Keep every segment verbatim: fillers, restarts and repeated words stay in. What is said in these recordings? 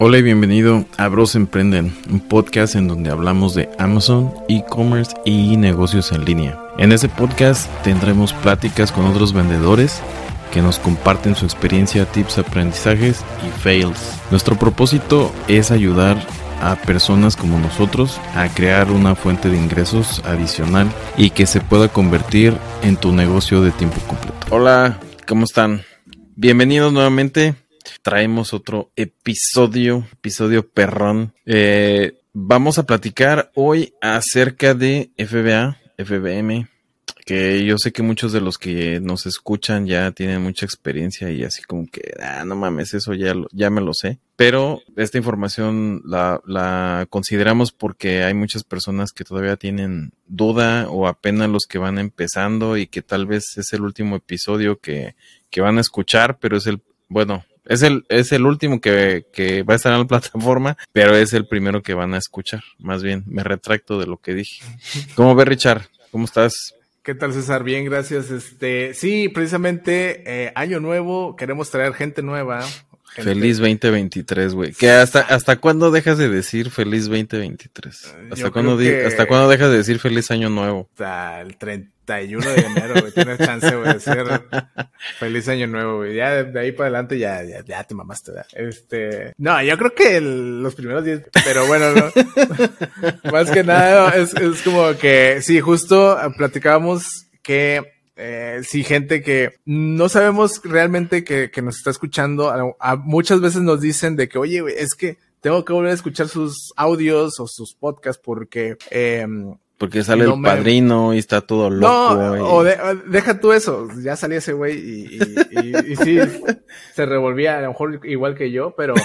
Hola y bienvenido a Bros Emprenden, un podcast en donde hablamos de Amazon, e-commerce y negocios en línea. En este podcast tendremos pláticas con otros vendedores que nos comparten su experiencia, tips, aprendizajes y fails. Nuestro propósito es ayudar a personas como nosotros a crear una fuente de ingresos adicional y que se pueda convertir en tu negocio de tiempo completo. Hola, ¿cómo están? Bienvenidos nuevamente. Traemos otro episodio, episodio perrón. Eh, vamos a platicar hoy acerca de F B A, F B M, que yo sé que muchos de los que nos escuchan ya tienen mucha experiencia y así como que, ah, no mames, eso ya, lo, ya me lo sé. Pero esta información la, la consideramos porque hay muchas personas que todavía tienen duda o apenas los que van empezando y que tal vez es el último episodio que, que van a escuchar, pero es el, bueno... Es el, es el último que, que va a estar en la plataforma, pero es el primero que van a escuchar. Más bien, me retracto de lo que dije. ¿Cómo ves, Richard? ¿Cómo estás? ¿Qué tal, César? Bien, gracias. Este, sí, precisamente, eh, año nuevo, queremos traer gente nueva. Gente... Feliz veinte veintitrés, güey. ¿Que hasta, hasta cuándo dejas de decir feliz veinte veintitrés? ¿Hasta cuándo, di- que... ¿Hasta cuándo dejas de decir feliz año nuevo? Hasta el treinta y uno de enero, güey. Tienes chance, güey, de decir feliz año nuevo, güey. Ya de, de ahí para adelante ya, ya, ya te mamaste, ¿verdad? Este, no, yo creo que el, los primeros días, pero bueno, no. Más que nada, es, es como que, sí, justo platicábamos que Eh, sí, gente que no sabemos realmente que, que nos está escuchando, a, a muchas veces nos dicen de que, oye, güey, es que tengo que volver a escuchar sus audios o sus podcasts porque... Eh, porque sale no el me... padrino y está todo loco. No, y... o, de, o deja tú eso, ya salía ese güey y, y, y, y sí, se revolvía a lo mejor igual que yo, pero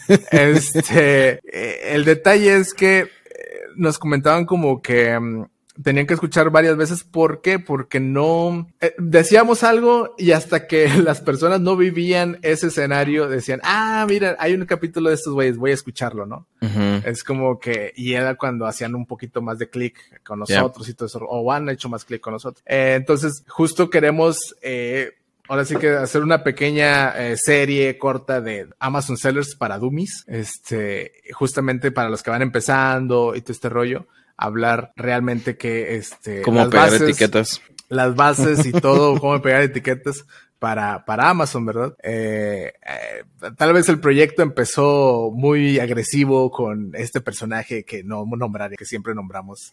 este, eh, el detalle es que nos comentaban como que... tenían que escuchar varias veces. ¿Por qué? Porque no... Eh, decíamos algo y hasta que las personas no vivían ese escenario, decían, ah, mira, hay un capítulo de estos güeyes, voy a escucharlo, ¿no? Uh-huh. Es como que... Y era cuando hacían un poquito más de clic con nosotros yeah. y todo eso, o han hecho más clic con nosotros. Eh, entonces, justo queremos... Eh, ahora sí que hacer una pequeña eh, serie corta de Amazon Sellers para Dummies, este, justamente para los que van empezando y todo este rollo. Hablar realmente que este cómo las pegar bases, etiquetas, las bases y todo, cómo pegar etiquetas para para Amazon, ¿verdad? Eh, eh, tal vez el proyecto empezó muy agresivo con este personaje que no nombraré, que siempre nombramos.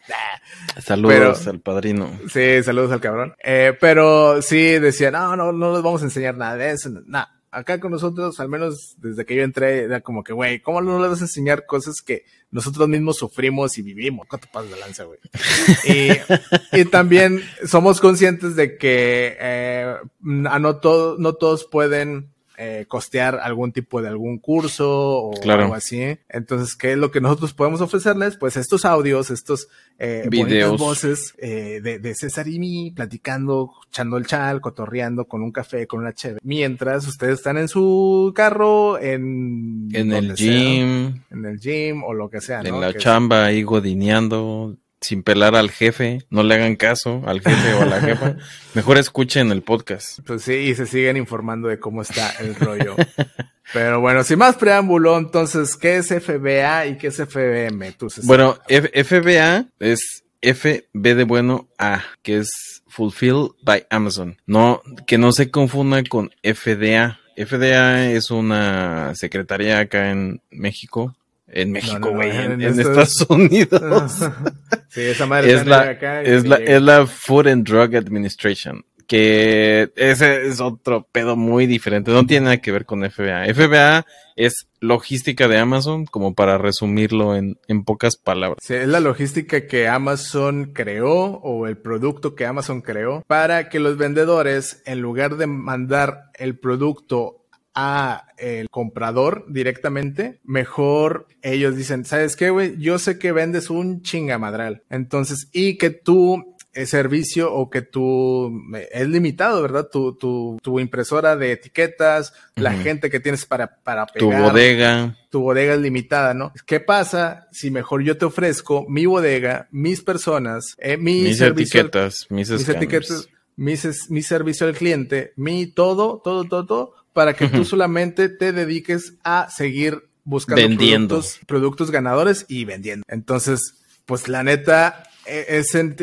Saludos pero, al padrino. Sí, saludos al cabrón. Eh, pero sí decía, no, no, no les vamos a enseñar nada de eso, nada. Acá con nosotros, al menos desde que yo entré, era como que, güey, ¿cómo no le vas a enseñar cosas que nosotros mismos sufrimos y vivimos? ¿Cuánto pasas de lanza, güey? y, y también somos conscientes de que eh, no, todo, no todos pueden eh, costear algún tipo de algún curso o claro. algo así. Entonces, ¿qué es lo que nosotros podemos ofrecerles? Pues estos audios, estos eh, videos, voces eh, de, de César y mí platicando, echando el chal, cotorreando con un café, con una cheve. Mientras ustedes están en su carro, en... En el gym. Sea, en el gym o lo que sea, en ¿no? la que chamba, ahí godineando, sin pelar al jefe. No le hagan caso al jefe o a la jefa. Mejor escuchen el podcast. Pues sí, y se siguen informando de cómo está el rollo. Pero bueno, sin más preámbulo, entonces, ¿qué es F B A y qué es F B M? Tú, bueno, F- FBA es F B de bueno A, que es Fulfilled by Amazon. No, que no se confunda con F D A. F D A es una secretaría acá en México. En México, güey, no, no, no, en, en, en Estados es... Unidos. Sí, esa madre es la, acá es, la, es la Food and Drug Administration, que ese es otro pedo muy diferente, no tiene nada que ver con F B A. F B A es logística de Amazon, como para resumirlo en, en pocas palabras. Sí, es la logística que Amazon creó o el producto que Amazon creó para que los vendedores, en lugar de mandar el producto a el comprador directamente, mejor ellos dicen, ¿sabes qué, güey? Yo sé que vendes un chingamadral. Entonces, y que tu eh, servicio o que tu eh, es limitado, ¿verdad? Tu, tu, tu impresora de etiquetas, uh-huh. la gente que tienes para, para pegar. Tu bodega. Tu bodega es limitada, ¿no? ¿Qué pasa si mejor yo te ofrezco mi bodega, mis personas, eh, mi mis servicio, etiquetas, mis, mis etiquetas, mis, mi servicio al cliente, mi todo, todo, todo, todo, para que tú solamente te dediques a seguir buscando vendiendo. Productos, productos ganadores y vendiendo. Entonces, pues la neta, ese,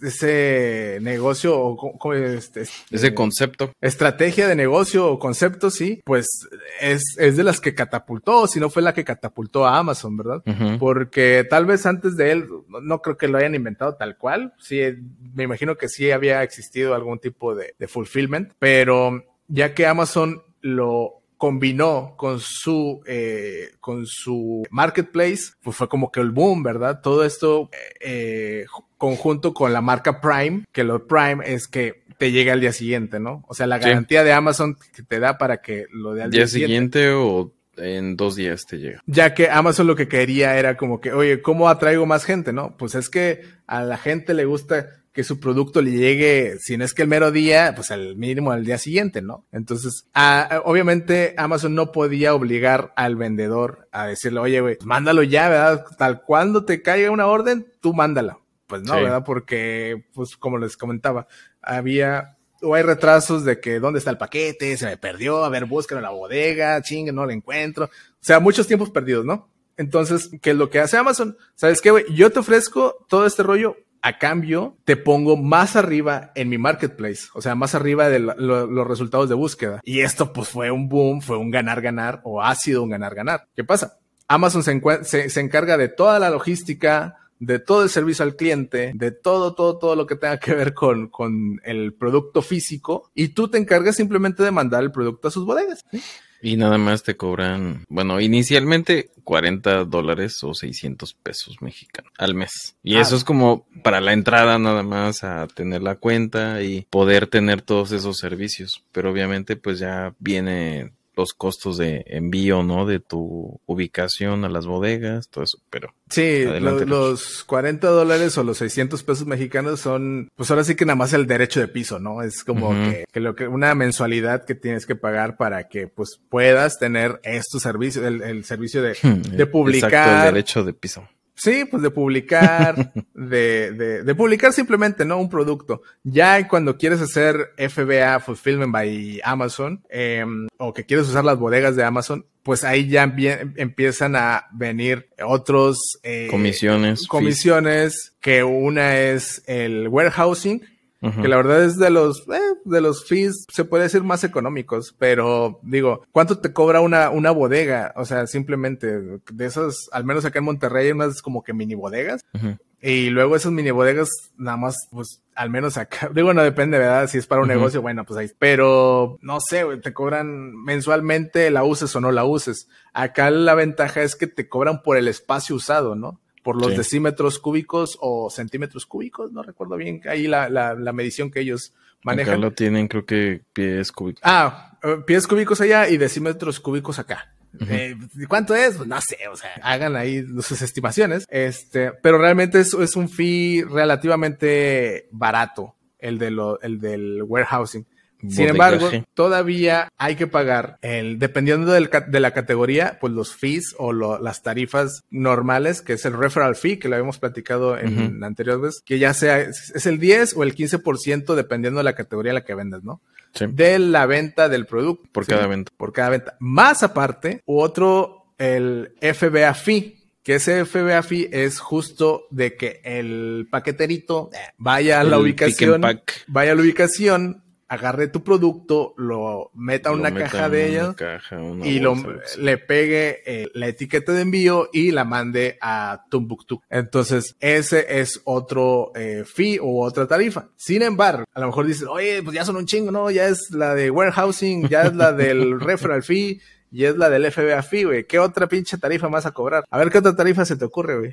ese negocio o este, ese concepto, estrategia de negocio o concepto, sí, pues es, es de las que catapultó, si no fue la que catapultó a Amazon, ¿verdad? Uh-huh. Porque tal vez antes de él, no, no creo que lo hayan inventado tal cual, sí, me imagino que sí había existido algún tipo de, de fulfillment, pero ya que Amazon lo combinó con su eh, con su marketplace, pues fue como que el boom, ¿verdad? Todo esto eh, conjunto con la marca Prime, que lo Prime es que te llega al día siguiente, ¿no? O sea, la garantía sí. de Amazon que te da para que lo dé al día, día siguiente. Día siguiente o en dos días te llega. Ya que Amazon lo que quería era como que, oye, ¿cómo atraigo más gente, no? Pues es que a la gente le gusta que su producto le llegue, si no es que el mero día, pues al mínimo al día siguiente, ¿no? Entonces, a, obviamente Amazon no podía obligar al vendedor a decirle, oye, güey, pues mándalo ya, ¿verdad? Tal cuando te caiga una orden, tú mándala. Pues no, sí. ¿verdad? Porque, pues como les comentaba, había o hay retrasos de que dónde está el paquete, se me perdió, a ver, búscalo en la bodega, chingue, no lo encuentro. O sea, muchos tiempos perdidos, ¿no? Entonces, ¿qué es lo que hace Amazon? ¿Sabes qué, güey? Yo te ofrezco todo este rollo. A cambio, te pongo más arriba en mi marketplace, o sea, más arriba de lo, lo, los resultados de búsqueda. Y esto pues fue un boom, fue un ganar-ganar o ha sido un ganar-ganar. ¿Qué pasa? Amazon se, se, se encarga de toda la logística, de todo el servicio al cliente, de todo, todo, todo lo que tenga que ver con, con el producto físico y tú te encargas simplemente de mandar el producto a sus bodegas, ¿sí? Y nada más te cobran, bueno, inicialmente cuarenta dólares o seiscientos pesos mexicanos al mes. Y ah, eso es como para la entrada nada más a tener la cuenta y poder tener todos esos servicios. Pero obviamente pues ya viene los costos de envío, ¿no? De tu ubicación a las bodegas, todo eso, pero... Sí, lo, los cuarenta dólares o los seiscientos pesos mexicanos son, pues ahora sí que nada más el derecho de piso, ¿no? Es como uh-huh. que, que lo que una mensualidad que tienes que pagar para que pues puedas tener estos servicios, el, el servicio de, de publicar. Exacto, el derecho de piso. Sí, pues de publicar, de, de, de publicar simplemente, ¿no? Un producto. Ya cuando quieres hacer F B A, Fulfillment by Amazon, eh, o que quieres usar las bodegas de Amazon, pues ahí ya bien, empiezan a venir otros... Eh, comisiones. Comisiones, que una es el warehousing, uh-huh. que la verdad es de los eh, de los fees, se puede decir más económicos, pero digo, ¿cuánto te cobra una una bodega? O sea, simplemente de esas, al menos acá en Monterrey hay unas como que mini bodegas, uh-huh. y luego esas mini bodegas nada más, pues al menos acá, digo, no depende, ¿verdad? Si es para un uh-huh. negocio, bueno, pues ahí, pero no sé, te cobran mensualmente, la uses o no la uses. Acá la ventaja es que te cobran por el espacio usado, ¿no? Por los sí. decímetros cúbicos o centímetros cúbicos, no recuerdo bien ahí la, la, la medición que ellos manejan. Acá lo tienen, creo que pies cúbicos. Ah, pies cúbicos allá y decímetros cúbicos acá. Uh-huh. Eh, ¿Cuánto es? Pues no sé, o sea, hagan ahí sus estimaciones. Este, pero realmente es, es un fee relativamente barato, el de lo, el del warehousing. Sin embargo, todavía hay que pagar, el dependiendo del, de la categoría, pues los fees o lo, las tarifas normales, que es el referral fee, que lo habíamos platicado en uh-huh. anteriores veces, que ya sea, es el diez o el quince por ciento dependiendo de la categoría a la que vendas, ¿no? Sí. De la venta del producto. Por ¿sí? cada venta. Por cada venta. Más aparte, otro, el F B A fee. Que ese F B A fee es justo de que el paqueterito vaya a la el ubicación, vaya a la ubicación, agarre tu producto, lo meta a una meta caja de ella caja, y lo, le pegue eh, la etiqueta de envío y la mande a Tombuctú. Entonces, ese es otro eh, fee o otra tarifa. Sin embargo, a lo mejor dices, oye, pues ya son un chingo, ¿no? Ya es la de warehousing, ya es la del referral fee y es la del F B A fee, güey. ¿Qué otra pinche tarifa vas a cobrar? A ver, ¿qué otra tarifa se te ocurre, güey?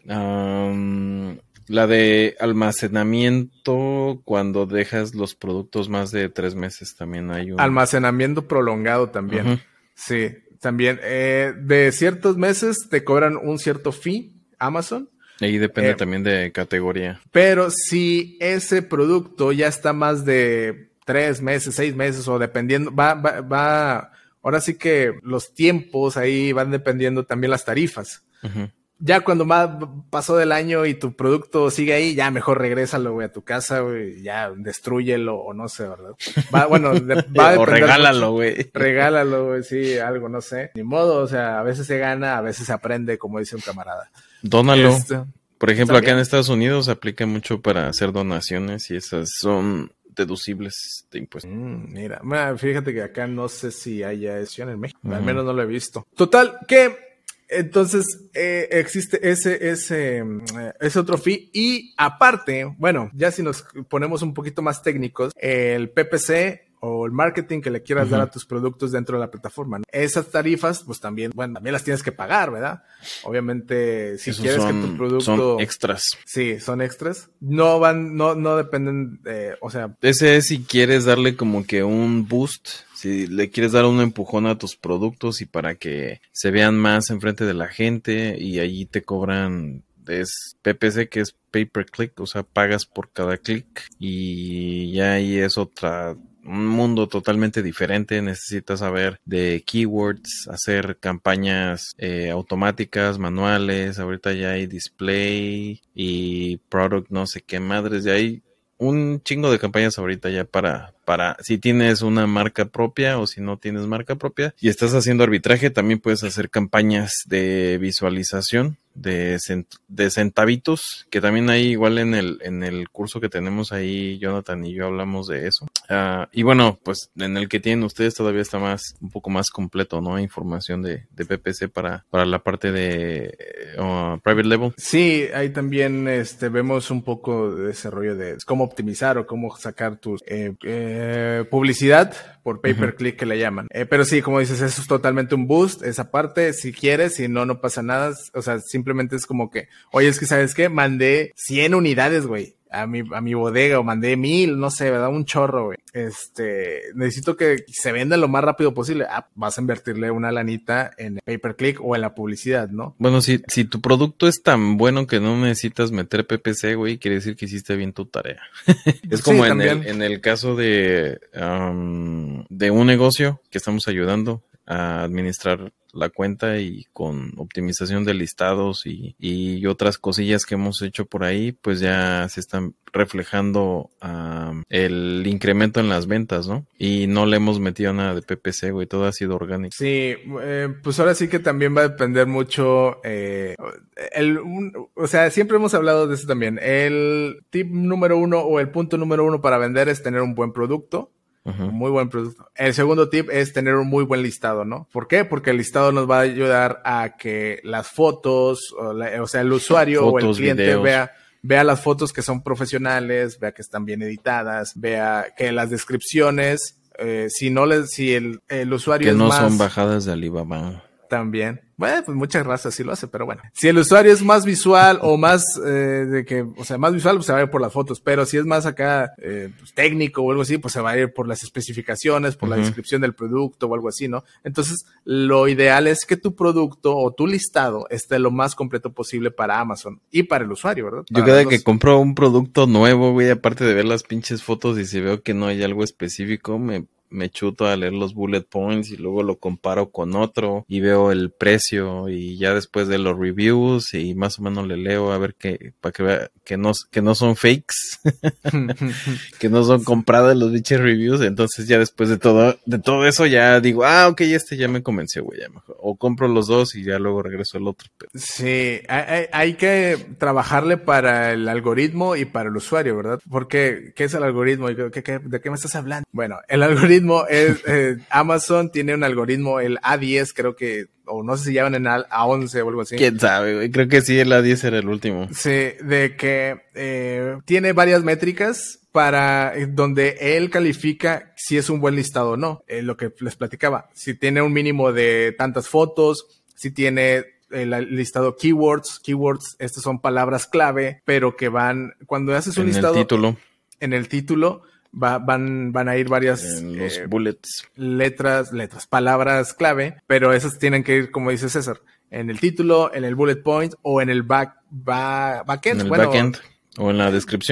Um... La de almacenamiento cuando dejas los productos más de tres meses también hay un... Almacenamiento prolongado también. Uh-huh. Sí, también. Eh, de ciertos meses te cobran un cierto fee, Amazon. Ahí depende eh, también de categoría. Pero si ese producto ya está más de tres meses, seis meses o dependiendo, va, va, va... Ahora sí que los tiempos ahí van dependiendo también las tarifas. Uh-huh. ya cuando más pasó del año y tu producto sigue ahí, ya mejor regrésalo, güey, a tu casa, güey, ya destrúyelo o no sé, ¿verdad? Va, bueno, de, va a o regálalo, mucho. güey. Regálalo, güey, sí, algo, no sé. Ni modo, o sea, a veces se gana, a veces se aprende, como dice un camarada. Dónalo. Este, Por ejemplo, acá ¿también? en Estados Unidos aplica mucho para hacer donaciones y esas son deducibles de impuestos. Mm, mira, mira, fíjate que acá no sé si haya eso en México, Uh-huh. al menos no lo he visto. Total, que entonces eh, existe ese, ese, eh, ese otro fee y aparte, bueno, ya si nos ponemos un poquito más técnicos, el P P C o el marketing que le quieras uh-huh. dar a tus productos dentro de la plataforma, ¿no? Esas tarifas, pues también, bueno, también las tienes que pagar, ¿verdad? Obviamente, si Esos quieres son, que tu producto... son extras. Sí, son extras. No van, no, no dependen, de, o sea... Ese es si quieres darle como que un boost, si le quieres dar un empujón a tus productos y para que se vean más enfrente de la gente y allí te cobran... Es P P C, que es pay per click, o sea, pagas por cada clic y ya ahí es otra... un mundo totalmente diferente. Necesitas saber de keywords, hacer campañas eh, automáticas, manuales. Ahorita ya hay display y product, no sé qué madres. Ya hay un chingo de campañas ahorita ya para, para si tienes una marca propia o si no tienes marca propia y estás haciendo arbitraje, también puedes hacer campañas de visualización de, cent, de centavitos, que también hay igual en el, en el curso que tenemos ahí, Jonathan y yo hablamos de eso. Uh, y bueno, pues en el que tienen ustedes todavía está más, un poco más completo, ¿no? Información de, de P P C para, para la parte de uh, private label. Sí, ahí también este, vemos un poco de ese rollo de cómo optimizar o cómo sacar tus eh, eh, publicidad por pay per click, uh-huh. que le llaman. Eh, pero sí, como dices, eso es totalmente un boost, esa parte, si quieres, si no, no pasa nada. O sea, simplemente es como que, oye, es que, ¿sabes qué? Mandé cien unidades, güey, a mi, a mi bodega, o mandé mil, no sé, ¿verdad? Un chorro, güey. Este, necesito que se venda lo más rápido posible. Ah, vas a invertirle una lanita en pay per click o en la publicidad, ¿no? Bueno, si, si tu producto es tan bueno que no necesitas meter P P C, güey, quiere decir que hiciste bien tu tarea. Es como sí, en, el, en el caso de, um, de un negocio que estamos ayudando a administrar la cuenta y con optimización de listados y, y otras cosillas que hemos hecho por ahí, pues ya se están reflejando um, el incremento en las ventas, ¿no? Y no le hemos metido nada de P P C, güey, todo ha sido orgánico. Sí, eh, pues ahora sí que también va a depender mucho, eh, el, un, o sea, siempre hemos hablado de eso también. El tip número uno o el punto número uno para vender es tener un buen producto. Uh-huh. Un muy buen producto. El segundo tip es tener un muy buen listado, ¿no? ¿Por qué? Porque el listado nos va a ayudar a que las fotos, o, la, o sea, el usuario fotos, o el cliente videos. vea vea las fotos que son profesionales, vea que están bien editadas, vea que las descripciones, eh, si no les, si el, el usuario que es no más, son bajadas de Alibaba. También. Bueno, pues muchas razas sí lo hace, pero bueno. Si el usuario es más visual o más eh, de que, o sea, más visual, pues se va a ir por las fotos, pero si es más acá eh, pues, técnico o algo así, pues se va a ir por las especificaciones, por uh-huh. la descripción del producto o algo así, ¿no? Entonces, lo ideal es que tu producto o tu listado esté lo más completo posible para Amazon y para el usuario, ¿verdad? Para Yo cada que compro un producto nuevo, güey, aparte de ver las pinches fotos y si veo que no hay algo específico, me me chuto a leer los bullet points y luego lo comparo con otro y veo el precio y ya después de los reviews y más o menos le leo a ver que para que vea que no que no son fakes que no son compradas los bichos reviews. Entonces ya después de todo de todo eso ya digo, ah, ok, este ya me convenció, güey, ya mejor o compro los dos y ya luego regreso al otro. Pero... sí, hay, hay que trabajarle para el algoritmo y para el usuario, ¿verdad? Porque ¿qué es el algoritmo? ¿Qué, qué, ¿de qué me estás hablando? Bueno, el algoritmo es, eh, Amazon tiene un algoritmo, el A diez, creo que, o no sé si llaman en A once o algo así. ¿Quién sabe, güey? Creo que sí, el A diez era el último. Sí, de que eh, tiene varias métricas para eh, donde él califica si es un buen listado o no. Eh, lo que les platicaba, si tiene un mínimo de tantas fotos, si tiene el listado keywords, keywords, estas son palabras clave, pero que van, cuando haces un en listado. En el título. En el título. Va, van, van a ir varias en los eh, bullets. letras, letras, palabras clave, pero esas tienen que ir, como dice César, en el título, en el bullet point o en el back, back backend. En el bueno, backend o en la descripción.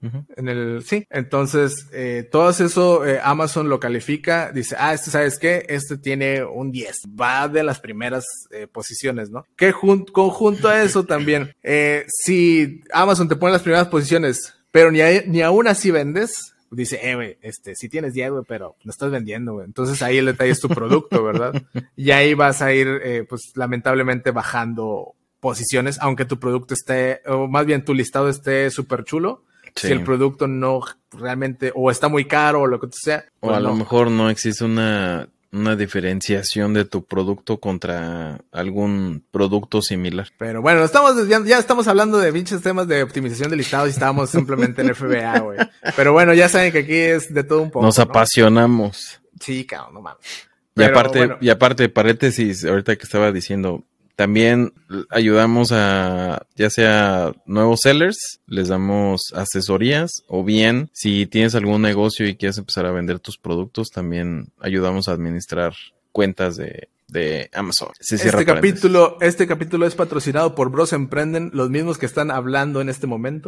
Uh-huh. En el, sí. Entonces, eh, todo eso eh, Amazon lo califica, dice, ah, este, ¿sabes qué? Este tiene un diez. Va de las primeras eh, posiciones, ¿no? Que jun- conjunto a eso también, eh, si Amazon te pone las primeras posiciones, pero ni, a- ni aún así vendes, dice, eh, güey, este, sí tienes diez, güey, pero no estás vendiendo, güey. Entonces ahí el detalle es tu producto, ¿verdad? Y ahí vas a ir, eh, pues, lamentablemente bajando posiciones, aunque tu producto esté, o más bien tu listado esté súper chulo. Sí. Si el producto no realmente, o está muy caro, o lo que sea. O pues a no. lo mejor no existe una, una diferenciación de tu producto contra algún producto similar. Pero bueno, estamos ya, ya estamos hablando de pinches temas de optimización de listados y estábamos simplemente en F B A, güey. Pero bueno, ya saben que aquí es de todo un poco. Nos apasionamos. ¿No? Sí, cabrón, no mames. Y aparte, bueno. y aparte, paréntesis, ahorita que estaba diciendo, también ayudamos a, ya sea nuevos sellers, les damos asesorías, o bien, si tienes algún negocio y quieres empezar a vender tus productos, también ayudamos a administrar cuentas de, de Amazon. Se este capítulo, este capítulo es patrocinado por Bros Emprenden, los mismos que están hablando en este momento.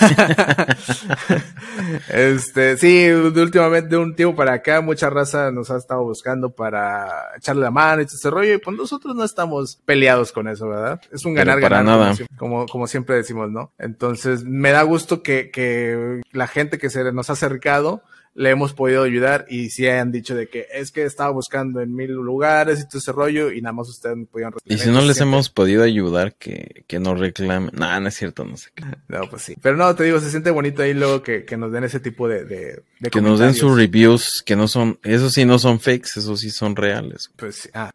este, sí, de últimamente, de un tiempo para acá, mucha raza nos ha estado buscando para echarle la mano y todo ese rollo, y pues nosotros no estamos peleados con eso, ¿verdad? Es un ganar-ganar, nada. Como, como, como siempre decimos, ¿no? Entonces, me da gusto que, que la gente que se nos ha acercado le hemos podido ayudar y sí han dicho de que es que estaba buscando en mil lugares y todo ese rollo y nada más ustedes me pudieron responder. Y si no les siente... hemos podido ayudar, que, que nos reclamen. No, nah, no es cierto, no sé qué. No, pues sí. Pero no, te digo, se siente bonito ahí luego que, que nos den ese tipo de, de, de que nos den sus reviews, que no son, eso sí no son fakes, eso sí son reales. Pues sí, ah.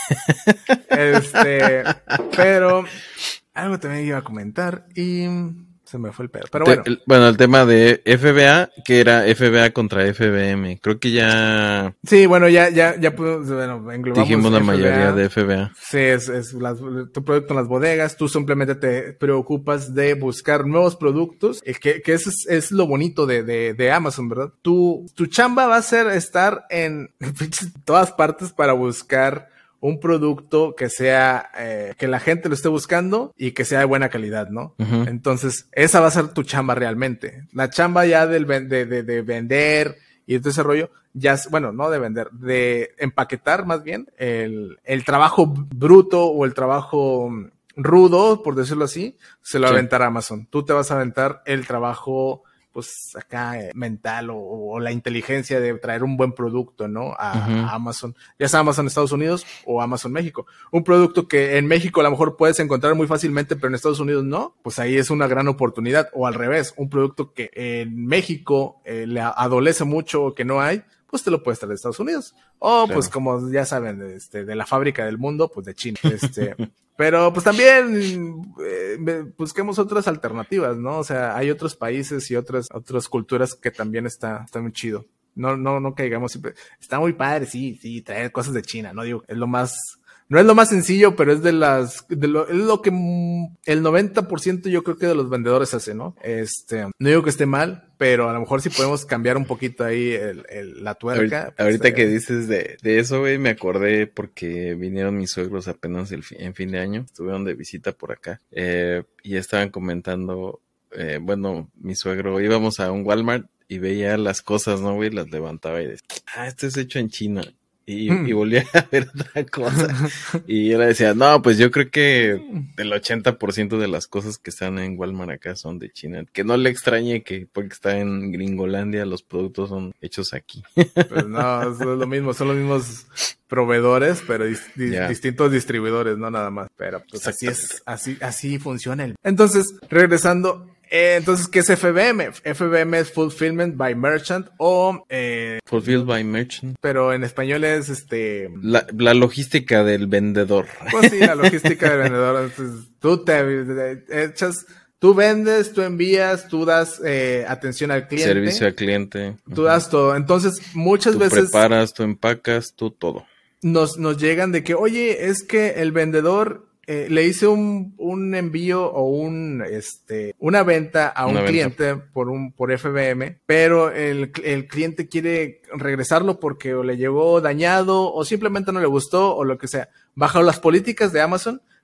este, pero algo también iba a comentar y... se me fue el pedo, pero bueno. El, bueno, el tema de F B A, que era F B A contra F B M. Creo que ya... Sí, bueno, ya, ya, ya, bueno, englobamos dijimos la F B A. Mayoría de F B A. Sí, es, es las, tu producto en las bodegas, tú simplemente te preocupas de buscar nuevos productos, que, que eso es, es lo bonito de, de, de Amazon, ¿verdad? Tu, tu chamba va a ser estar en todas partes para buscar un producto que sea, eh, que la gente lo esté buscando y que sea de buena calidad, ¿no? Uh-huh. Entonces, esa va a ser tu chamba realmente. La chamba ya del, de, de, de vender y todo ese rollo, ya, bueno, no de vender, de empaquetar más bien el, el trabajo bruto o el trabajo rudo, por decirlo así, se lo va sí. a aventar a Amazon. Tú te vas a aventar el trabajo pues acá eh, mental o, o la inteligencia de traer un buen producto, ¿no? A, uh-huh. a Amazon, ya sea Amazon Estados Unidos o Amazon México. Un producto que en México a lo mejor puedes encontrar muy fácilmente, pero en Estados Unidos no, pues ahí es una gran oportunidad. O al revés, un producto que en México eh, le adolece mucho o que no hay, pues te lo puedes traer de Estados Unidos. O claro. pues como ya saben, este, de la fábrica del mundo, pues de China. Este, pero pues también eh, busquemos otras alternativas, ¿no? O sea, hay otros países y otras otras culturas que también está, está muy chido. No, no, no caigamos siempre. Está muy padre, sí, sí, traer cosas de China, no digo, es lo más, no es lo más sencillo, pero es de las, de lo, es lo que el noventa por ciento yo creo que de los vendedores hace, ¿no? Este, no digo que esté mal, pero a lo mejor si podemos cambiar un poquito ahí el, el, la tuerca. Ahorita, pues, ahorita que dices de, de eso, güey, me acordé porque vinieron mis suegros apenas el, en fin de año, estuvieron de visita por acá, eh, y estaban comentando, eh, bueno, mi suegro, íbamos a un Walmart y veía las cosas, ¿no, güey? Las levantaba y decía, ah, esto es hecho en China. Y, mm. y volvía a ver otra cosa. Y yo le decía, no, pues yo creo que el ochenta por ciento de las cosas que están en Walmart acá son de China. Que no le extrañe que porque está en Gringolandia los productos son hechos aquí. Pues no, es lo mismo, son los mismos proveedores, pero dis- dis- yeah. distintos distribuidores, no nada más. Pero pues así es, así, así funciona el. Entonces, regresando. Eh, entonces, ¿qué es F B M? F B M es Fulfillment by Merchant o... Eh, Fulfilled by Merchant. Pero en español es este... La, la logística del vendedor. Pues sí, la logística del vendedor. Entonces, tú te, te echas... Tú vendes, tú envías, tú das eh, atención al cliente. Servicio al cliente. Tú uh-huh. das todo. Entonces, muchas tú veces... Tú preparas, tú empacas, tú todo. Nos, nos llegan de que, oye, es que el vendedor... Eh, le hice un, un envío o un, este, una venta a un cliente por un, por F B M, pero el, el cliente quiere regresarlo porque o le llegó dañado o simplemente no le gustó o lo que sea. Bajo las políticas de Amazon,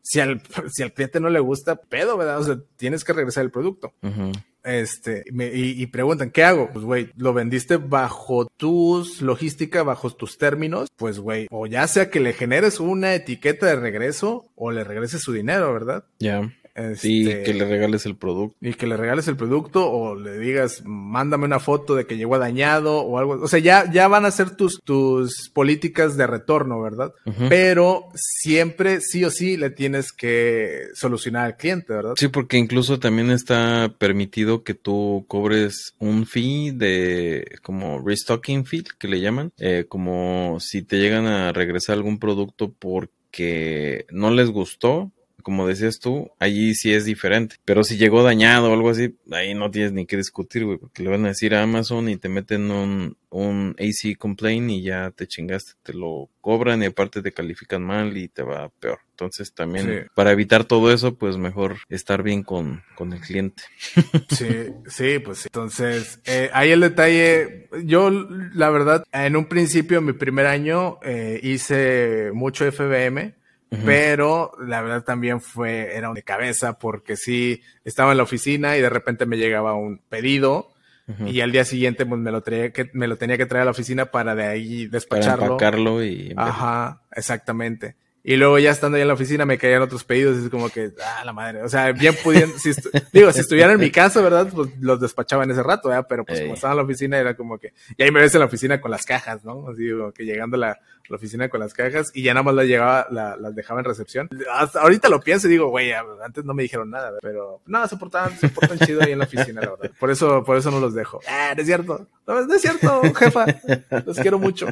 Si al, si al cliente no le gusta, pedo, ¿verdad? O sea, tienes que regresar el producto. Uh-huh. Este, me, y, y preguntan, ¿qué hago? Pues, güey, lo vendiste bajo tus logística, bajo tus términos, pues, güey, o ya sea que le generes una etiqueta de regreso o le regreses su dinero, ¿verdad? Ya. Yeah. Este, sí, que le regales el producto. Y que le regales el producto o le digas, mándame una foto de que llegó dañado o algo. O sea, ya, ya van a ser tus, tus políticas de retorno, ¿verdad? Uh-huh. Pero siempre, sí o sí, le tienes que solucionar al cliente, ¿verdad? Sí, porque incluso también está permitido que tú cobres un fee de como restocking fee, que le llaman, eh, como si te llegan a regresar algún producto porque no les gustó. Como decías tú, allí sí es diferente. Pero si llegó dañado o algo así, ahí no tienes ni que discutir, güey. Porque le van a decir a Amazon y te meten un, un A C complaint y ya te chingaste. Te lo cobran y aparte te califican mal y te va peor. Entonces también, sí. Para evitar todo eso, pues mejor estar bien con, con el cliente. Sí, sí, pues sí. Entonces, eh, ahí el detalle. Yo, la verdad, en un principio, mi primer año, eh, hice mucho F B M. Uh-huh. Pero la verdad también fue, era de cabeza porque sí, estaba en la oficina y de repente me llegaba un pedido uh-huh. y al día siguiente pues me lo, traía que, me lo tenía que traer a la oficina para de ahí despacharlo. Para empacarlo y... Ajá, exactamente. Y luego ya estando ahí en la oficina me caían otros pedidos y es como que, ah, la madre, o sea, bien pudiendo, si estu- digo, si estuviera en mi casa, ¿verdad? Pues los despachaba en ese rato, ¿verdad? Pero pues Ey. Como estaba en la oficina era como que, y ahí me ves en la oficina con las cajas, ¿no? Así como que llegando a la, la oficina con las cajas y ya nada más las llegaba, la, las dejaba en recepción. Hasta ahorita lo pienso y digo, güey, antes no me dijeron nada, ¿verdad? Pero no, se portaban, se portan chido ahí en la oficina, la verdad. Por eso, por eso no los dejo. Ah, no es cierto. No, no es cierto, jefa. Los quiero mucho.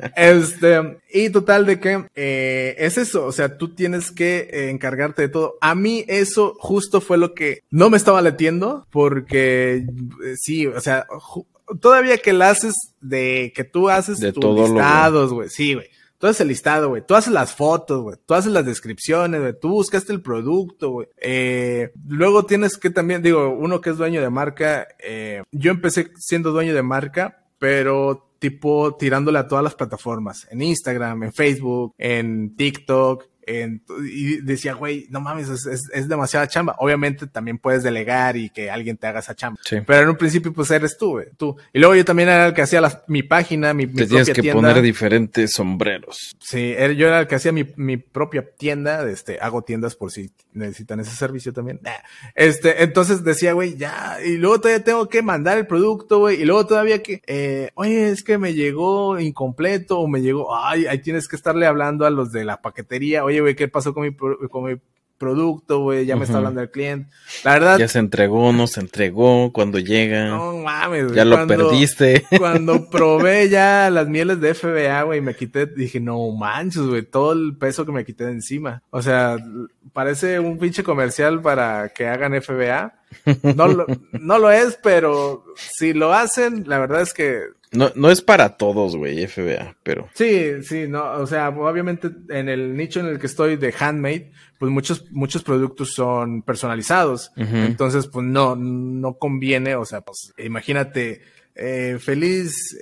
Este, y total de que, eh, es eso, o sea, tú tienes que eh, encargarte de todo. A mí eso justo fue lo que no me estaba latiendo porque eh, sí, o sea, ju- todavía que la haces de que tú haces de tus listados, güey, sí, güey. Tú haces el listado, güey. Tú haces las fotos, güey. Tú haces las descripciones, güey. Tú buscaste el producto, güey. Eh, luego tienes que también, digo, uno que es dueño de marca, eh, yo empecé siendo dueño de marca, pero tipo tirándole a todas las plataformas. En Instagram, en Facebook, en TikTok. En, y decía, güey, no mames, es, es, es demasiada chamba. Obviamente también puedes delegar y que alguien te haga esa chamba. Sí. Pero en un principio, pues eres tú, güey, tú. Y luego yo también era el que hacía las, mi página, mi, mi Te tienes que tienda. poner diferentes sombreros. Sí, yo era el que hacía mi, mi propia tienda. Este, hago tiendas por si necesitan ese servicio también. Este, entonces decía, güey, ya. Y luego todavía tengo que mandar el producto, güey. Y luego todavía que, eh, oye, es que me llegó incompleto o me llegó, ay, ahí tienes que estarle hablando a los de la paquetería. Oye, güey, ¿qué pasó con mi, con mi producto, güey? Ya me uh-huh. está hablando el cliente. La verdad. Ya se entregó, no se entregó, cuando llega. No mames, güey. Ya lo cuando, perdiste. Cuando probé ya las mieles de F B A, güey, me quité, dije, no manches, güey, todo el peso que me quité de encima. O sea, parece un pinche comercial para que hagan F B A. No lo, no lo es, pero si lo hacen, la verdad es que... No, no es para todos, güey, F B A, pero... Sí, sí, no, o sea, obviamente en el nicho en el que estoy de handmade, pues muchos, muchos productos son personalizados. Uh-huh. Entonces, pues no, no conviene, o sea, pues imagínate, eh, feliz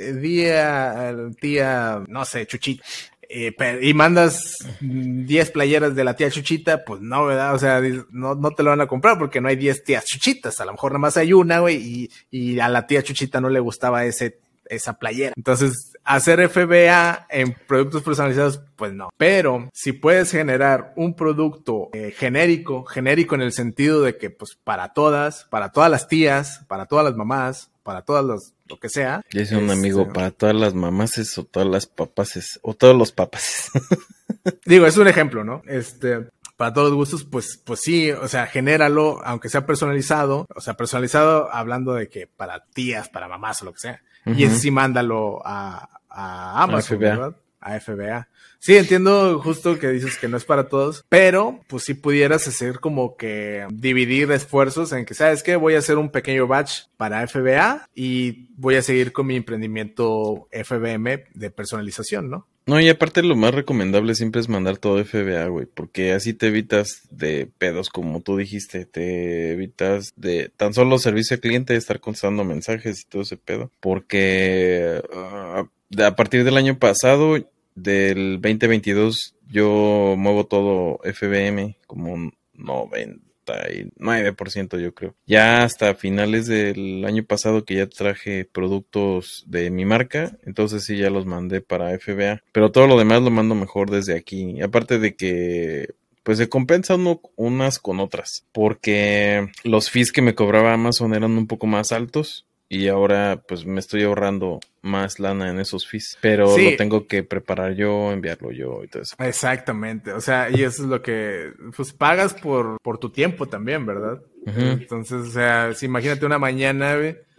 día, tía, no sé, Chuchita. Eh, y mandas diez playeras de la tía Chuchita, pues no, ¿verdad? O sea, no, no te lo van a comprar porque no hay diez tías Chuchitas. A lo mejor nada más hay una, güey, y, y a la tía Chuchita no le gustaba ese, esa playera. Entonces, hacer F B A en productos personalizados, pues no. Pero si puedes generar un producto eh, genérico, genérico en el sentido de que, pues, para todas, para todas las tías, para todas las mamás, para todas las, lo que sea. Dice un este, amigo, para todas las mamases o todas las papases, o todos los papases. Digo, es un ejemplo, ¿no? Este, para todos los gustos, pues, pues sí, o sea, genéralo, aunque sea personalizado, o sea, personalizado hablando de que para tías, para mamás o lo que sea. Uh-huh. Y ese sí mándalo a, a Amazon, a ¿verdad? A F B A. Sí, entiendo justo que dices que no es para todos, pero pues si pudieras hacer como que dividir esfuerzos en que, ¿sabes qué? Voy a hacer un pequeño batch para F B A y voy a seguir con mi emprendimiento F B M de personalización, ¿no? No, y aparte lo más recomendable siempre es mandar todo F B A, güey, porque así te evitas de pedos, como tú dijiste, te evitas de tan solo servicio al cliente, de estar contestando mensajes y todo ese pedo, porque uh, a partir del año pasado del veinte veintidós yo muevo todo F B M como un noventa y nueve por ciento yo creo. Ya hasta finales del año pasado que ya traje productos de mi marca, entonces sí ya los mandé para F B A. Pero todo lo demás lo mando mejor desde aquí. Aparte de que pues se compensa uno, unas con otras. Porque los fees que me cobraba Amazon eran un poco más altos. Y ahora pues me estoy ahorrando más lana en esos fees. Pero sí, lo tengo que preparar yo, enviarlo yo y todo eso. Exactamente. O sea, y eso es lo que pues pagas por, por tu tiempo también, ¿verdad? Uh-huh. Entonces, o sea, si imagínate una mañana,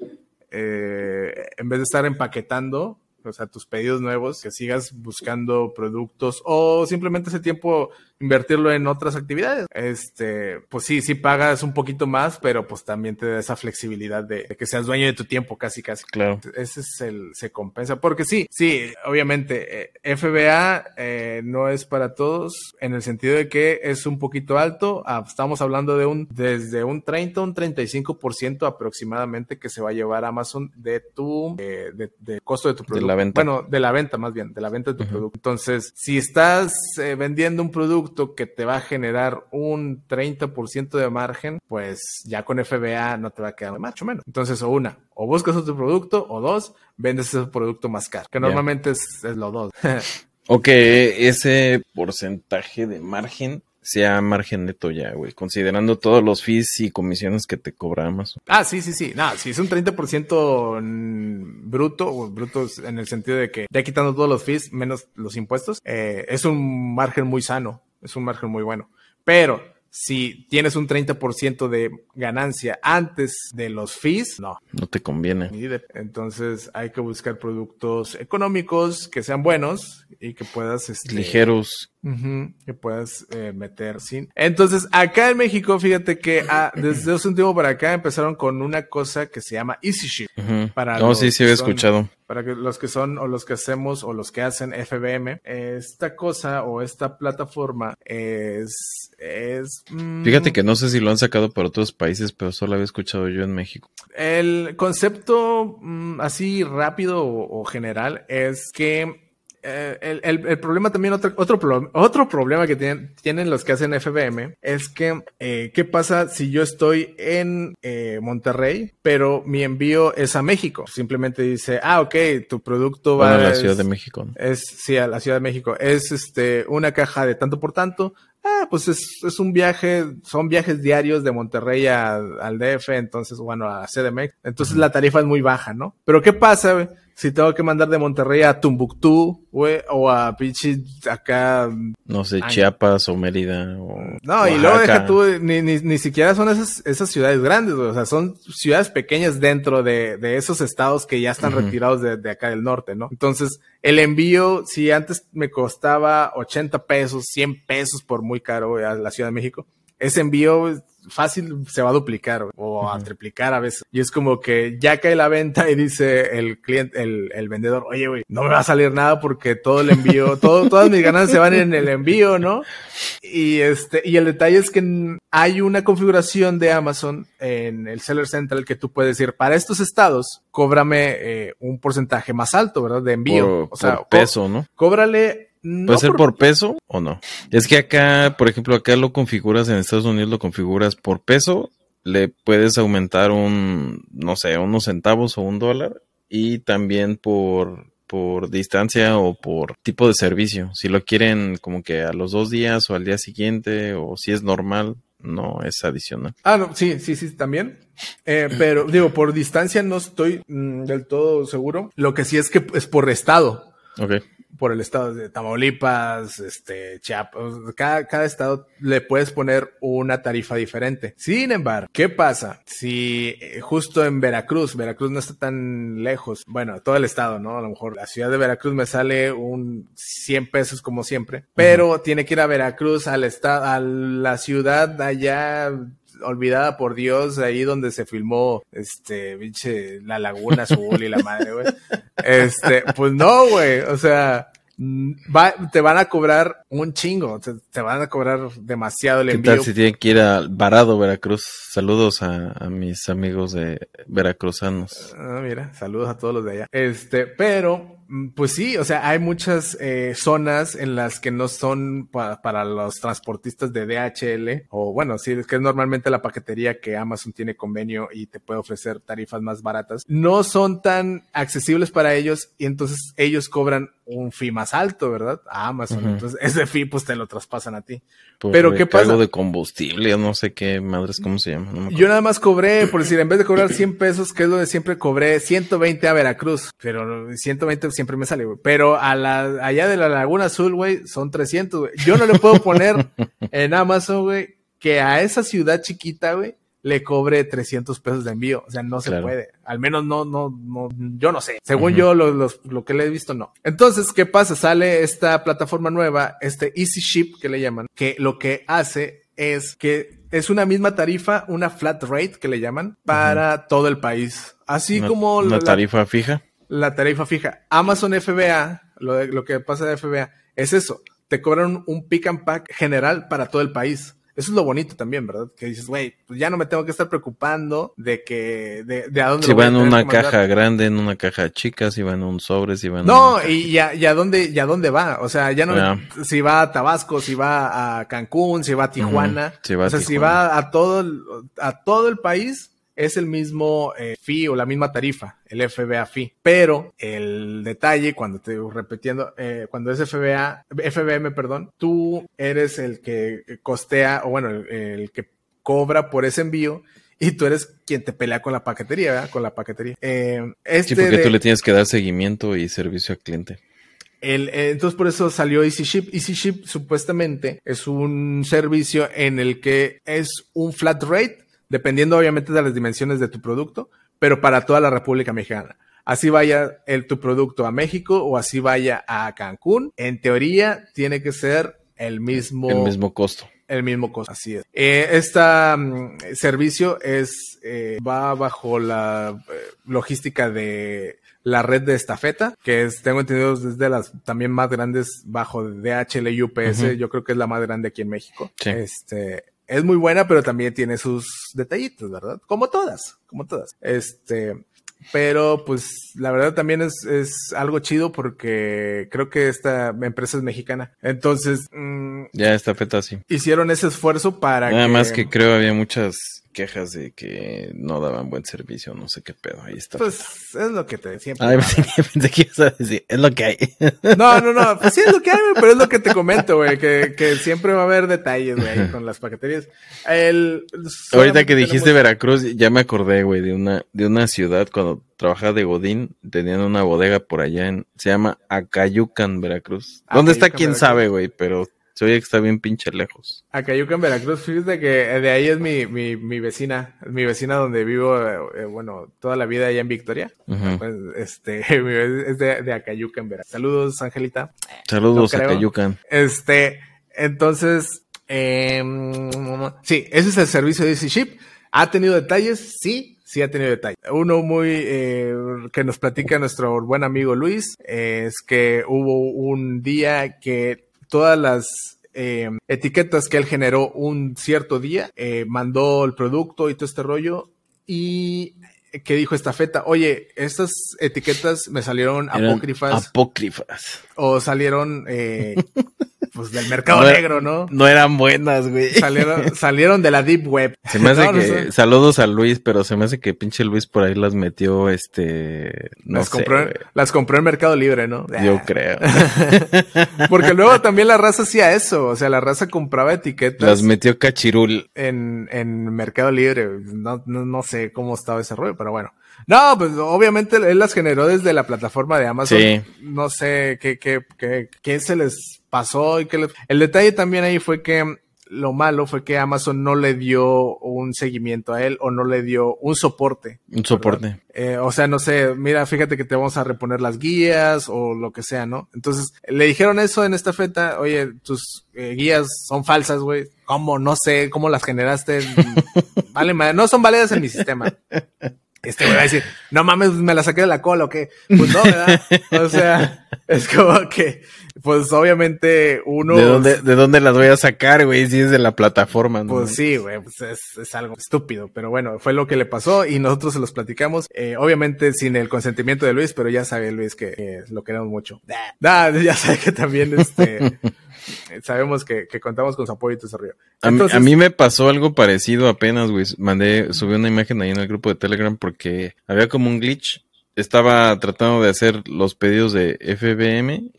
eh, en vez de estar empaquetando, o sea, tus pedidos nuevos, que sigas buscando productos o simplemente ese tiempo invertirlo en otras actividades. Este, pues sí, sí pagas un poquito más, pero pues también te da esa flexibilidad de, de que seas dueño de tu tiempo, casi, casi. Claro. Ese es el, se compensa. Porque sí, sí, obviamente, eh, F B A eh, no es para todos en el sentido de que es un poquito alto. Ah, estamos hablando de un, desde un treinta, un treinta y cinco por ciento aproximadamente que se va a llevar Amazon de tu, eh, de, de costo de tu producto. De la venta. Bueno, de la venta más bien, de la venta de tu uh-huh. producto. Entonces, si estás eh, vendiendo un producto que te va a generar un treinta por ciento de margen, pues ya con F B A no te va a quedar mucho menos. Entonces, o una, o buscas otro producto, o dos, vendes ese producto más caro, que normalmente yeah. es, es lo dos. O que ese porcentaje de margen sea margen neto ya, güey, considerando todos los fees y comisiones que te cobra Amazon. Ah, sí, sí, sí. No, si es un treinta por ciento bruto, o bruto en el sentido de que ya quitando todos los fees, menos los impuestos, eh, es un margen muy sano, es un margen muy bueno. Pero si tienes un treinta por ciento de ganancia antes de los fees, no. No te conviene. Entonces hay que buscar productos económicos que sean buenos y que puedas... Este, ligeros. Uh-huh, que puedas eh, meter sin. Entonces, acá en México, fíjate que ah, desde hace un tiempo para acá empezaron con una cosa que se llama EasyShip. Uh-huh. Para no, sí, sí, había escuchado. Para que los que son o los que hacemos o los que hacen F B M, esta cosa o esta plataforma es... es mmm... Fíjate que no sé si lo han sacado para otros países, pero solo había escuchado yo en México. El concepto mmm, así rápido o, o general es que Eh, el, el, el problema también, otro, otro, otro problema que tienen, tienen los que hacen F B M es que, eh, ¿qué pasa si yo estoy en eh, Monterrey, pero mi envío es a México? Simplemente dice, ah, ok, tu producto va bueno, a la Ciudad es, de México, ¿no? Es, sí, a la Ciudad de México. Es este una caja de tanto por tanto. Ah, pues es, es un viaje, son viajes diarios de Monterrey a, al D F, entonces, bueno, a C D M X. Entonces uh-huh. la tarifa es muy baja, ¿no? Pero ¿qué pasa, güey? Si tengo que mandar de Monterrey a Tumbuctú, güey, o a pinche acá... No sé, ay, Chiapas o Mérida o No, Oaxaca. Y luego deja tú, ni, ni, ni siquiera son esas, esas ciudades grandes, güey. O sea, son ciudades pequeñas dentro de, de esos estados que ya están uh-huh. retirados de, de acá del norte, ¿no? Entonces, el envío, si antes me costaba ochenta pesos, cien pesos por muy caro, güey, a la Ciudad de México, ese envío fácil se va a duplicar o uh-huh. a triplicar a veces. Y es como que ya cae la venta y dice el cliente, el, el vendedor, oye, güey, no me va a salir nada porque todo el envío, todo, todas mis ganancias se van en el envío, ¿no? Y este, y el detalle es que hay una configuración de Amazon en el Seller Central que tú puedes decir, para estos estados, cóbrame eh, un porcentaje más alto, ¿verdad? De envío. Por, o sea, por peso, ¿no? Cóbrale. No ¿Puede ser por... por peso o no? Es que acá, por ejemplo, acá lo configuras, en Estados Unidos lo configuras por peso, le puedes aumentar un, no sé, unos centavos o un dólar, y también por, por distancia o por tipo de servicio. Si lo quieren como que a los dos días o al día siguiente, o si es normal, no es adicional. Ah, no, sí, sí, sí, también. Eh, pero digo, por distancia no estoy mmm, del todo seguro. Lo que sí es que es por estado. Ok. Por el estado de Tamaulipas, este, Chiapas, cada, cada estado le puedes poner una tarifa diferente. Sin embargo, ¿qué pasa? Si justo en Veracruz, Veracruz no está tan lejos, bueno, todo el estado, ¿no? A lo mejor la ciudad de Veracruz me sale un cien pesos como siempre, pero uh-huh. tiene que ir a Veracruz, al estado, a la ciudad allá olvidada por Dios, ahí donde se filmó, este, pinche, la Laguna Azul y la madre, güey. Este, pues no, güey, o sea, va, te van a cobrar un chingo, te, te van a cobrar demasiado el envío. ¿Qué tal si tienen que ir a Varado, Veracruz? Saludos a, a mis amigos de veracruzanos. Ah, mira, saludos a todos los de allá. Este, pero... Pues sí, o sea, hay muchas eh, zonas en las que no son pa- para los transportistas de D H L, o bueno, sí, es que es normalmente la paquetería que Amazon tiene convenio y te puede ofrecer tarifas más baratas, no son tan accesibles para ellos y entonces ellos cobran un fee más alto, ¿verdad? A Amazon. Uh-huh. Entonces ese fee pues te lo traspasan a ti. Por Pero ¿qué pasa? de combustible, no sé qué madres, ¿cómo se llama? No Yo nada más cobré, por decir, en vez de cobrar cien pesos, que es lo de siempre, cobré ciento veinte a Veracruz. Pero ciento veinte siempre me sale, güey. Pero a la, allá de la Laguna Azul, güey, son trescientos, güey. Yo no le puedo poner en Amazon, güey, que a esa ciudad chiquita, güey, le cobre trescientos pesos de envío. O sea, no se claro. puede. Al menos no, no, no, yo no sé. Según uh-huh. yo, lo, lo, lo que le he visto, no. Entonces, ¿qué pasa? Sale esta plataforma nueva, este Easy Ship, que le llaman, que lo que hace es que es una misma tarifa, una flat rate, que le llaman, para uh-huh. todo el país. Así una, como... ¿Una la, tarifa fija? La tarifa fija. Amazon F B A, lo, lo que pasa de F B A, es eso. Te cobran un pick and pack general para todo el país. Eso es lo bonito también, ¿verdad? Que dices, güey, pues ya no me tengo que estar preocupando de que, de, de a dónde... Si va en una caja grande, en una caja chica, si va en un sobre, si va en No, una y ya, ya dónde, ya dónde va. O sea, ya no, yeah. si va a Tabasco, si va a Cancún, si va a Tijuana. Uh-huh. si va a o sea, Tijuana. Si va a todo, el, a todo el país, es el mismo eh, fee o la misma tarifa, el F B A fee. Pero el detalle, cuando te repitiendo, eh, cuando es F B A, F B M, perdón, tú eres el que costea, o bueno, el, el que cobra por ese envío, y tú eres quien te pelea con la paquetería, ¿verdad? Con la paquetería. Eh, este sí, porque de, tú le tienes que dar seguimiento y servicio al cliente. El, eh, entonces por eso salió Easy Ship. Easy Ship supuestamente es un servicio en el que es un flat rate, dependiendo obviamente de las dimensiones de tu producto, pero para toda la República Mexicana. Así vaya el, tu producto a México o así vaya a Cancún, en teoría tiene que ser el mismo... El mismo costo. El mismo costo, así es. Eh, este um, servicio es eh, va bajo la eh, logística de la red de estafeta, que es, tengo entendido, es de las también más grandes bajo D H L y U P S. Uh-huh. Yo creo que es la más grande aquí en México. Sí. Este... Es muy buena, pero también tiene sus detallitos, ¿verdad? Como todas, como todas. Este, pero pues la verdad también es, es algo chido porque creo que esta empresa es mexicana. Entonces, mmm, ya está feta así. Hicieron ese esfuerzo para Nada que... más que creo había muchas quejas de que no daban buen servicio, no sé qué pedo, ahí está. Pues es lo que te decía. Ay, pensé, pensé que ibas a decir, es lo que hay. No, no, no, pues sí es lo que hay, pero es lo que te comento, güey, que, que siempre va a haber detalles, güey, con las paqueterías. El, ahorita que dijiste tenemos... Veracruz, ya me acordé, güey, de una, de una ciudad cuando trabajaba de Godín, tenían una bodega por allá en, se llama Acayucan, Veracruz. ¿Dónde Acayucan, está? Quién Veracruz. Sabe, güey, pero... se oye que está bien pinche lejos. Acayucan, Veracruz, fíjate que de ahí es mi, mi, mi vecina, mi vecina donde vivo, eh, bueno, toda la vida allá en Victoria. Uh-huh. Pues, este, es de, de Acayucan, Veracruz. Saludos, Angelita. Saludos, no Acayucan. Este, entonces, eh, sí, ese es el servicio de Easy Ship. ¿Ha tenido detalles? Sí. Sí ha tenido detalles. Uno muy eh, que nos platica nuestro buen amigo Luis, eh, es que hubo un día que todas las eh, etiquetas que él generó un cierto día, eh, mandó el producto y todo este rollo, y que dijo estafeta, oye, estas etiquetas me salieron Eran apócrifas. Apócrifas. O salieron eh, pues del mercado no, negro, ¿no? No eran buenas, güey. Salieron, salieron de la Deep Web. Se me hace no, que, no sé. Saludos a Luis, pero se me hace que pinche Luis por ahí las metió, este, no las sé, compró, las compró en Mercado Libre, ¿no? Yo creo. Porque luego también la raza hacía eso, o sea, la raza compraba etiquetas. Las metió cachirul. En, en Mercado Libre, no, no, no sé cómo estaba ese rollo, pero bueno. No, pues obviamente él las generó desde la plataforma de Amazon. Sí. No sé qué, qué, qué, qué se les pasó y qué les... El detalle también ahí fue que lo malo fue que Amazon no le dio un seguimiento a él o no le dio un soporte. Un soporte. Eh, o sea, no sé, mira, fíjate que te vamos a reponer las guías o lo que sea, ¿no? Entonces, le dijeron eso en esta feta, oye, tus eh, guías son falsas, güey. ¿Cómo? No sé, ¿cómo las generaste? Vale, madre, no son válidas en mi sistema. Este güey va a decir, no mames, me la saqué de la cola o qué. Pues no, ¿verdad? O sea, es como que, pues obviamente uno... ¿De dónde, de dónde las voy a sacar, güey? Si es de la plataforma, ¿no? Pues sí, güey, pues es, es algo estúpido, pero bueno, fue lo que le pasó y nosotros se los platicamos, eh, obviamente sin el consentimiento de Luis, pero ya sabe Luis que, que lo queremos mucho. Nah, ya sabe que también, este... sabemos que, que contamos con su apoyo y todo ese río. Entonces, a, mí, a mí me pasó algo parecido apenas, güey. Mandé, subí una imagen ahí en el grupo de Telegram porque había como un glitch. Estaba tratando de hacer los pedidos de F B M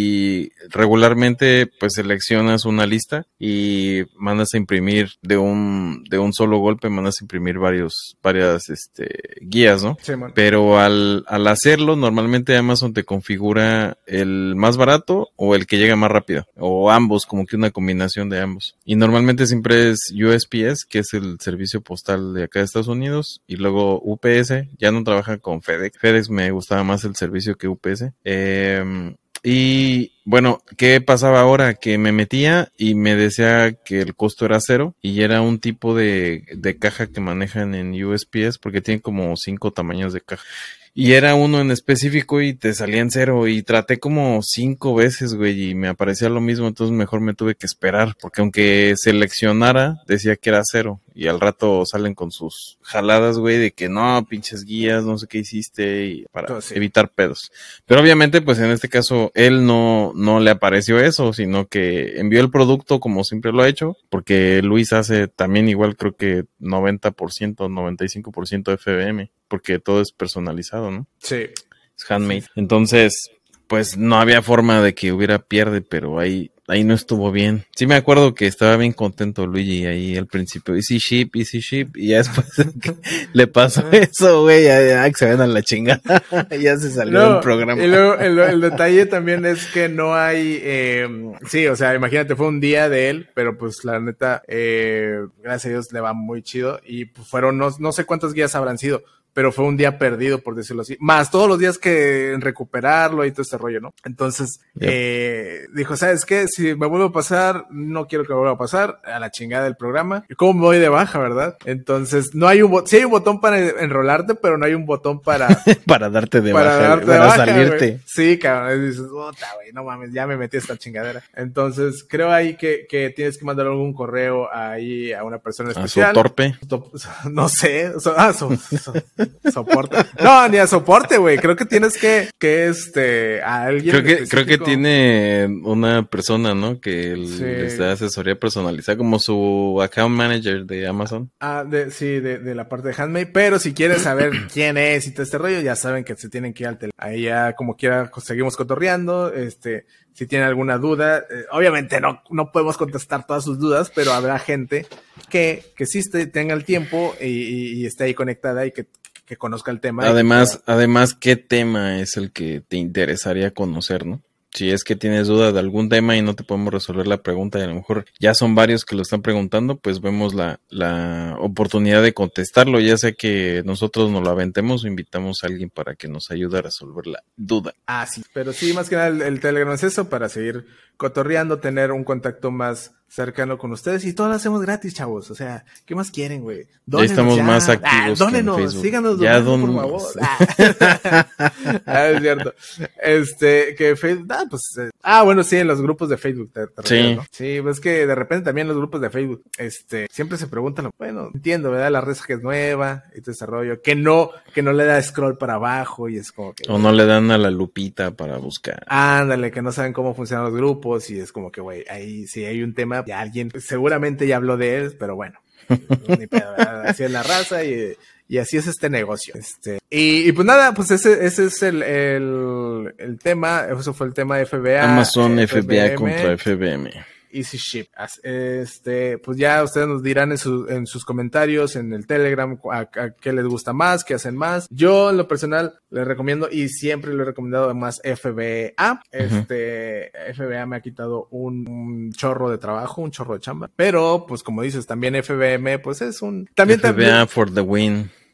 y regularmente pues seleccionas una lista y mandas a imprimir de un de un solo golpe, mandas a imprimir varios varias este guías, ¿no? Sí, man. Pero al al hacerlo normalmente Amazon te configura el más barato o el que llega más rápido o ambos, como que una combinación de ambos. Y normalmente siempre es U S P S, que es el servicio postal de acá de Estados Unidos, y luego U P S, ya no trabaja con FedEx. FedEx me gustaba más el servicio que U P S. Eh, y bueno, ¿qué pasaba ahora? Que me metía y me decía que el costo era cero y era un tipo de, de caja que manejan en U S P S porque tienen como cinco tamaños de caja. Y era uno en específico y te salía en cero y traté como cinco veces, güey, y me aparecía lo mismo, entonces mejor me tuve que esperar, porque aunque seleccionara, decía que era cero y al rato salen con sus jaladas, güey, de que no, pinches guías, no sé qué hiciste, y para Entonces, sí. evitar pedos. Pero obviamente, pues en este caso, él no, no le apareció eso, sino que envió el producto como siempre lo ha hecho, porque Luis hace también igual creo que noventa por ciento, noventa y cinco por ciento F B M, porque todo es personalizado, ¿no? Sí. Es handmade. Entonces, pues no había forma de que hubiera pierde, pero ahí, ahí no estuvo bien. Sí me acuerdo que estaba bien contento Luigi ahí al principio. Easy ship, easy ship. Y ya después le pasó eso, güey. Ya, ya que se ven a la chingada. Ya se salió no, del programa. Y luego el, el detalle también es que no hay... Eh, sí, o sea, imagínate, fue un día de él, pero pues la neta, eh, gracias a Dios le va muy chido. Y pues, fueron, no, no sé cuántas guías habrán sido, pero fue un día perdido, por decirlo así. Más todos los días que recuperarlo y todo este rollo, ¿no? Entonces, yep. eh, dijo, ¿sabes qué? Si me vuelvo a pasar, no quiero que me vuelva a pasar, a la chingada del programa. ¿Y cómo me voy de baja, verdad? Entonces, no hay un botón, sí hay un botón para enrolarte, pero no hay un botón para... para darte de para baja, darte para de baja, salirte. Güey. Sí, cabrón, y dices, puta, güey, no mames, ya me metí a esta chingadera. Entonces, creo ahí que, que tienes que mandar algún correo ahí a una persona especial. A su torpe. No sé, so, ah, so, so, soporte. No, ni a soporte, güey. Creo que tienes que, que este, a alguien. Creo que, específico. Creo que tiene una persona, ¿no? Que sí. les da asesoría personalizada, como su account manager de Amazon. Ah, de, sí, de, de la parte de Handmade. Pero si quieres saber quién es y todo este rollo, ya saben que se tienen que ir al tel. Ahí ya, como quiera, seguimos cotorreando. Este, si tienen alguna duda, eh, obviamente no, no podemos contestar todas sus dudas, pero habrá gente que, que sí esté, tenga el tiempo y, y, y esté ahí conectada y que, que conozca el tema. Además, que... además, ¿qué tema es el que te interesaría conocer, no? Si es que tienes duda de algún tema y no te podemos resolver la pregunta y a lo mejor ya son varios que lo están preguntando, pues vemos la, la oportunidad de contestarlo, ya sea que nosotros nos lo aventemos o invitamos a alguien para que nos ayude a resolver la duda. Ah, sí, pero sí, más que nada el, el Telegram es eso, para seguir cotorreando, tener un contacto más cercano con ustedes y todo lo hacemos gratis, chavos. O sea, ¿qué más quieren, güey? Ya estamos ya. más activos. Ah, dónenos, que en Facebook. síganos ya donando, don... por favor. Ah. ah, es cierto. Este, que Facebook, ah, pues, eh. ah, bueno, sí, en los grupos de Facebook. Te, te sí. refieres, ¿no? Sí, pues que de repente también los grupos de Facebook, este, siempre se preguntan, bueno, entiendo, ¿verdad? La red que es nueva y todo ese rollo, que no, que no le da scroll para abajo y es como que. O no le dan a la lupita para buscar. Ándale, que no saben cómo funcionan los grupos y es como que, güey, ahí sí hay un tema, ya alguien seguramente ya habló de él, pero bueno, ni pedo, ¿verdad? Así es la raza y, y así es este negocio. Este, y, y pues nada, pues ese, ese es el, el, el tema, eso fue el tema de F B A. Amazon F B A contra F B M. Easy Ship. Este, pues ya ustedes nos dirán en, su, en sus comentarios, en el Telegram, a, a qué les gusta más, qué hacen más. Yo, en lo personal, les recomiendo y siempre lo he recomendado más F B A. Este, uh-huh. F B A me ha quitado un, un chorro de trabajo, un chorro de chamba. Pero, pues como dices, también F B M, pues es un... También, F B A también, for the win.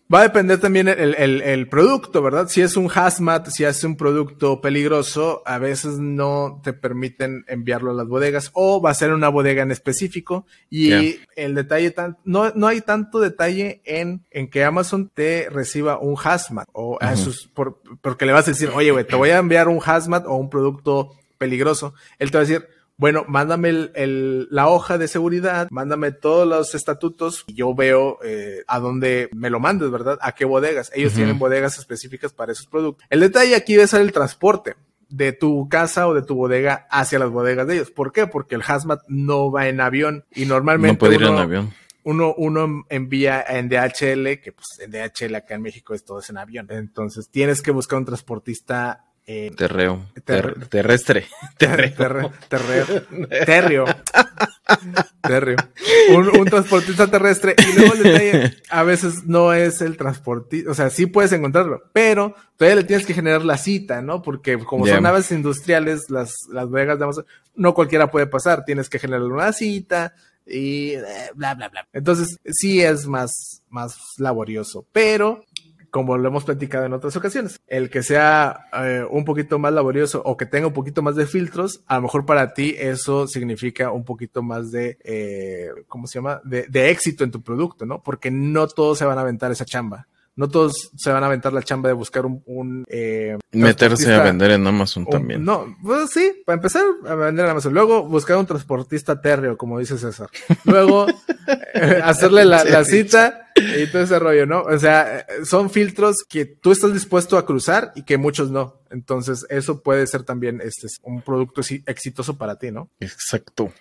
Va a depender también el, el, el producto, ¿verdad? Si es un hazmat, si es un producto peligroso, a veces no te permiten enviarlo a las bodegas o va a ser una bodega en específico y yeah. el detalle, tan, no, no hay tanto detalle en, en que Amazon te reciba un hazmat o uh-huh. a sus, por, porque le vas a decir, oye, güey, te voy a enviar un hazmat o un producto peligroso. Él te va a decir, bueno, mándame el, el, la hoja de seguridad, mándame todos los estatutos y yo veo eh, a dónde me lo mandes, ¿verdad? A qué bodegas. Ellos uh-huh. tienen bodegas específicas para esos productos. El detalle aquí va a ser el transporte de tu casa o de tu bodega hacia las bodegas de ellos. ¿Por qué? Porque el hazmat no va en avión y normalmente no puede ir uno, en avión. Uno, uno envía en D H L, que pues en D H L acá en México es todo es en avión. Entonces tienes que buscar un transportista Eh, Terreo. Ter- ter- terrestre. Terreo. Terreo. Terreo. Terrio. Terrio. Un, un transportista terrestre. Y luego el detalle, a veces no es el transportista. O sea, sí puedes encontrarlo, pero todavía le tienes que generar la cita, ¿no? Porque como yeah. son naves industriales, las, las bodegas de Amazon, no cualquiera puede pasar. Tienes que generar una cita y bla, bla, bla. Entonces, sí es más, más laborioso, pero como lo hemos platicado en otras ocasiones, el que sea eh, un poquito más laborioso o que tenga un poquito más de filtros, a lo mejor para ti eso significa un poquito más de, eh, ¿cómo se llama? De, de éxito en tu producto, ¿no? Porque no todos se van a aventar esa chamba. No todos se van a aventar la chamba de buscar un... un eh, meterse a vender en Amazon un, también. No, pues sí, para empezar a vender en Amazon. Luego buscar un transportista térreo, como dice César. Luego eh, hacerle la, la cita y todo ese rollo, ¿no? O sea, son filtros que tú estás dispuesto a cruzar y que muchos no. Entonces, eso puede ser también este un producto exitoso para ti, ¿no? Exacto.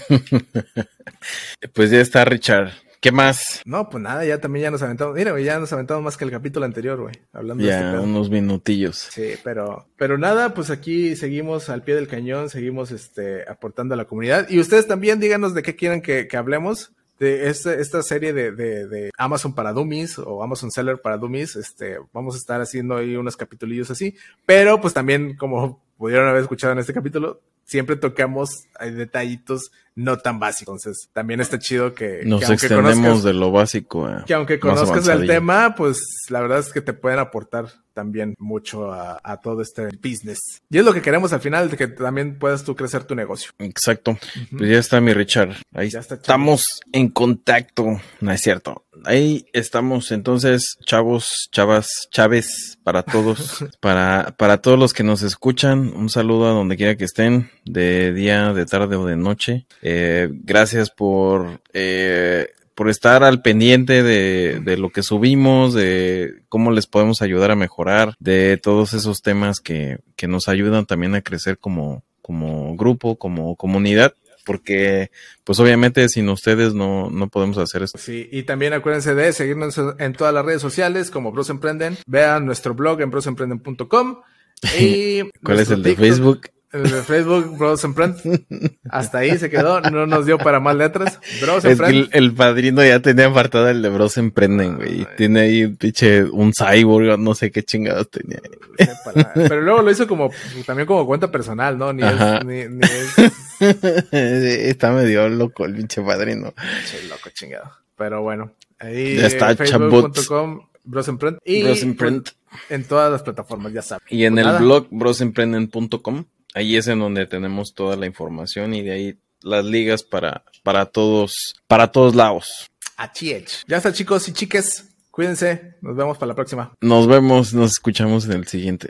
Pues ya está, Richard. ¿Qué más? No, pues nada, ya también ya nos aventamos. Mira, güey, ya nos aventamos más que el capítulo anterior, güey. Hablando ya, de este pedo. Unos minutillos. Sí, pero, pero nada, pues aquí seguimos al pie del cañón, seguimos este aportando a la comunidad. Y ustedes también díganos de qué quieren que, que hablemos. De esta, esta serie de, de, de Amazon para Dummies o Amazon Seller para Dummies, este, vamos a estar haciendo ahí unos capitulillos así, pero pues también, como pudieron haber escuchado en este capítulo, siempre tocamos hay detallitos no tan básicos, entonces también está chido que nos que extendemos conozcas, de lo básico eh, que aunque conozcas el tema, pues la verdad es que te pueden aportar también mucho a, a todo este business. Y es lo que queremos al final, de que también puedas tú crecer tu negocio. Exacto. Uh-huh. Pues ya está mi Richard. Ahí está, estamos en contacto. No es cierto. Ahí estamos. Entonces, chavos, chavas, chaves, para todos, para, para todos los que nos escuchan, un saludo a donde quiera que estén, de día, de tarde o de noche. Eh, gracias por, eh, por estar al pendiente de, de lo que subimos, de cómo les podemos ayudar a mejorar, de todos esos temas que, que nos ayudan también a crecer como, como grupo, como comunidad, porque pues obviamente sin ustedes no, no podemos hacer esto. Sí, y también acuérdense de seguirnos en todas las redes sociales como Bros Emprenden, vean nuestro blog en bros emprenden punto com y ¿cuál es el de TikTok, Facebook? El de Facebook, Bros Emprend. Hasta ahí se quedó, no nos dio para más letras. Bros Es que el, el padrino ya tenía apartado el de Bros Emprenden, güey. Y tiene ahí un pinche, un cyborg, no sé qué chingados tenía. Pero luego lo hizo como, también como cuenta personal, ¿no? Ni es, ni, ni es... Está medio loco el pinche padrino. Pinche loco chingado. Pero bueno, ahí ya está, facebook punto com, Bros Emprend. Y Bros Emprend. En todas las plataformas, ya saben. Y en pues el nada. blog bros emprenden punto com. Ahí es en donde tenemos toda la información y de ahí las ligas para, para todos, para todos lados. Achiech. Ya está, chicos y chiques. Cuídense. Nos vemos para la próxima. Nos vemos, nos escuchamos en el siguiente.